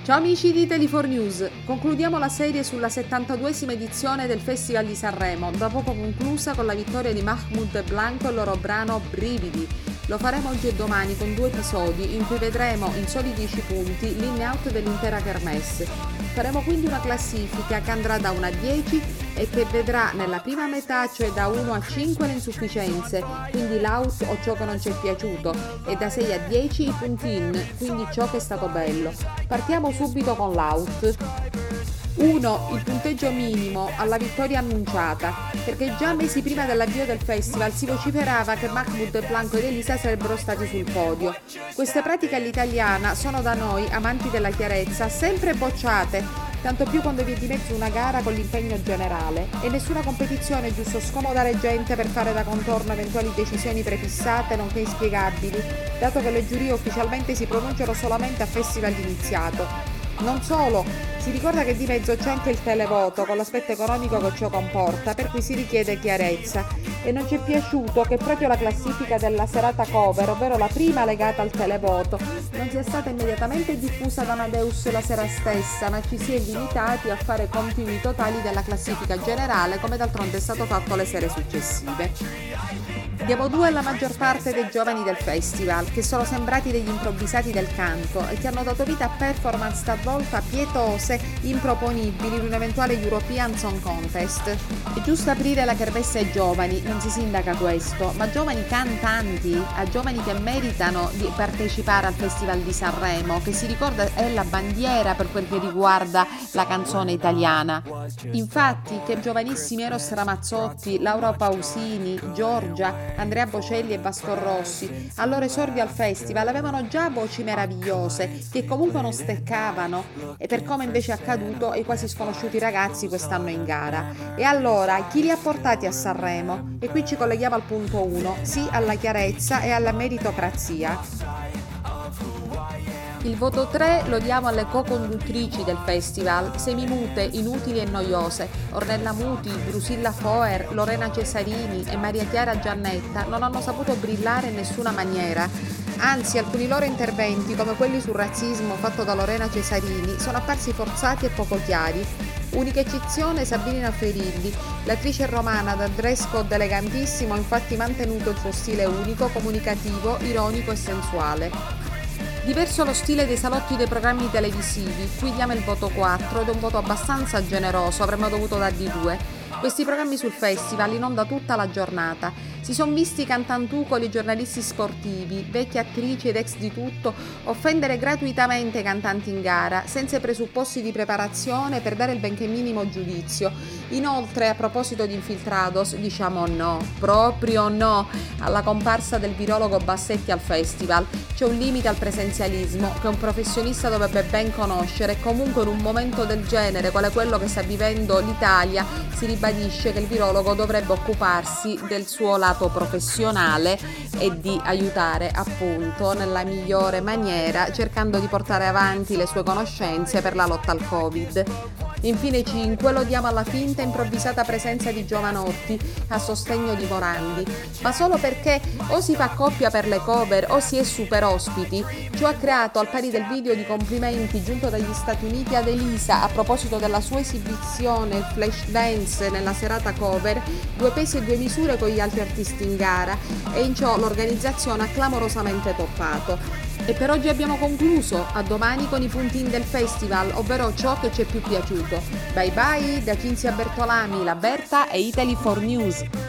Ciao amici di Italy4 News, concludiamo la serie sulla 72esima edizione del Festival di Sanremo, da poco conclusa con la vittoria di Mahmood Blanco e il loro brano Brividi. Lo faremo oggi e domani con 2 episodi in cui vedremo in soli 10 punti l'in-out dell'intera kermesse. Faremo quindi una classifica che andrà da 1 a 10 e che vedrà nella prima metà, cioè da 1 a 5 le insufficienze, quindi l'out o ciò che non ci è piaciuto, e da 6 a 10 i punti in, quindi ciò che è stato bello. Partiamo subito con l'out. 1. Il punteggio minimo alla vittoria annunciata, perché già mesi prima dell'avvio del festival si vociferava che Mahmood, Blanco ed Elisa sarebbero stati sul podio. Queste pratiche all'italiana sono da noi, amanti della chiarezza, sempre bocciate, tanto più quando vi è di mezzo una gara con l'impegno generale. E nessuna competizione è giusto scomodare gente per fare da contorno eventuali decisioni prefissate nonché inspiegabili, dato che le giurie ufficialmente si pronunciano solamente a festival iniziato. Non solo, si ricorda che di mezzo c'è anche il televoto con l'aspetto economico che ciò comporta, per cui si richiede chiarezza. E non ci è piaciuto che proprio la classifica della serata cover, ovvero la prima legata al televoto, non sia stata immediatamente diffusa da Amadeus la sera stessa, ma ci si è limitati a fare continui totali della classifica generale, come d'altronde è stato fatto le sere successive. Diamo 2 alla maggior parte dei giovani del festival, che sono sembrati degli improvvisati del canto e che hanno dato vita a performance talvolta pietose, improponibili in un eventuale European Song Contest. È giusto aprire la kermesse ai giovani, non si sindaca questo, ma giovani cantanti, a giovani che meritano di partecipare al Festival di Sanremo, che si ricorda è la bandiera per quel che riguarda la canzone italiana. Infatti, che giovanissimi Eros Ramazzotti, Laura Pausini, Giorgia, Andrea Bocelli e Vasco Rossi, al loro esordio al festival, avevano già voci meravigliose che comunque non steccavano, e per come invece è accaduto ai quasi sconosciuti ragazzi quest'anno in gara. E allora, chi li ha portati a Sanremo? E qui ci colleghiamo al punto 1, sì alla chiarezza e alla meritocrazia. Il voto 3 lo diamo alle co-conduttrici del festival, seminute, inutili e noiose. Ornella Muti, Drusilla Foer, Lorena Cesarini e Maria Chiara Giannetta non hanno saputo brillare in nessuna maniera. Anzi, alcuni loro interventi, come quelli sul razzismo fatto da Lorena Cesarini, sono apparsi forzati e poco chiari. Unica eccezione Sabina Ferilli, l'attrice romana dal dress code elegantissimo ha infatti mantenuto il suo stile unico, comunicativo, ironico e sensuale. Diverso lo stile dei salotti dei programmi televisivi, qui diamo il voto 4 ed è un voto abbastanza generoso, avremmo dovuto dargli 2. Questi programmi sul festival in onda tutta la giornata. Si sono visti cantantucoli, giornalisti sportivi, vecchie attrici ed ex di tutto offendere gratuitamente i cantanti in gara, senza presupposti di preparazione per dare il benché minimo giudizio. Inoltre, a proposito di infiltrados, diciamo no, proprio no, alla comparsa del virologo Bassetti al festival. C'è un limite al presenzialismo che un professionista dovrebbe ben conoscere e comunque in un momento del genere, quale quello che sta vivendo l'Italia, si ribadisce che il virologo dovrebbe occuparsi del suo lato professionale e di aiutare appunto nella migliore maniera, cercando di portare avanti le sue conoscenze per la lotta al Covid. Infine 5 lo diamo alla finta improvvisata presenza di Giovanotti a sostegno di Morandi, ma solo perché o si fa coppia per le cover o si è super ospiti. Ciò ha creato, al pari del video di complimenti giunto dagli Stati Uniti ad Elisa a proposito della sua esibizione flash dance nella serata cover, 2 pesi e 2 misure con gli altri artisti in gara, e in ciò l'organizzazione ha clamorosamente toppato. E per oggi abbiamo concluso, a domani con i puntini del festival, ovvero ciò che ci è più piaciuto. Bye bye da Cinzia Bertolami, la Berta e Italy4 News.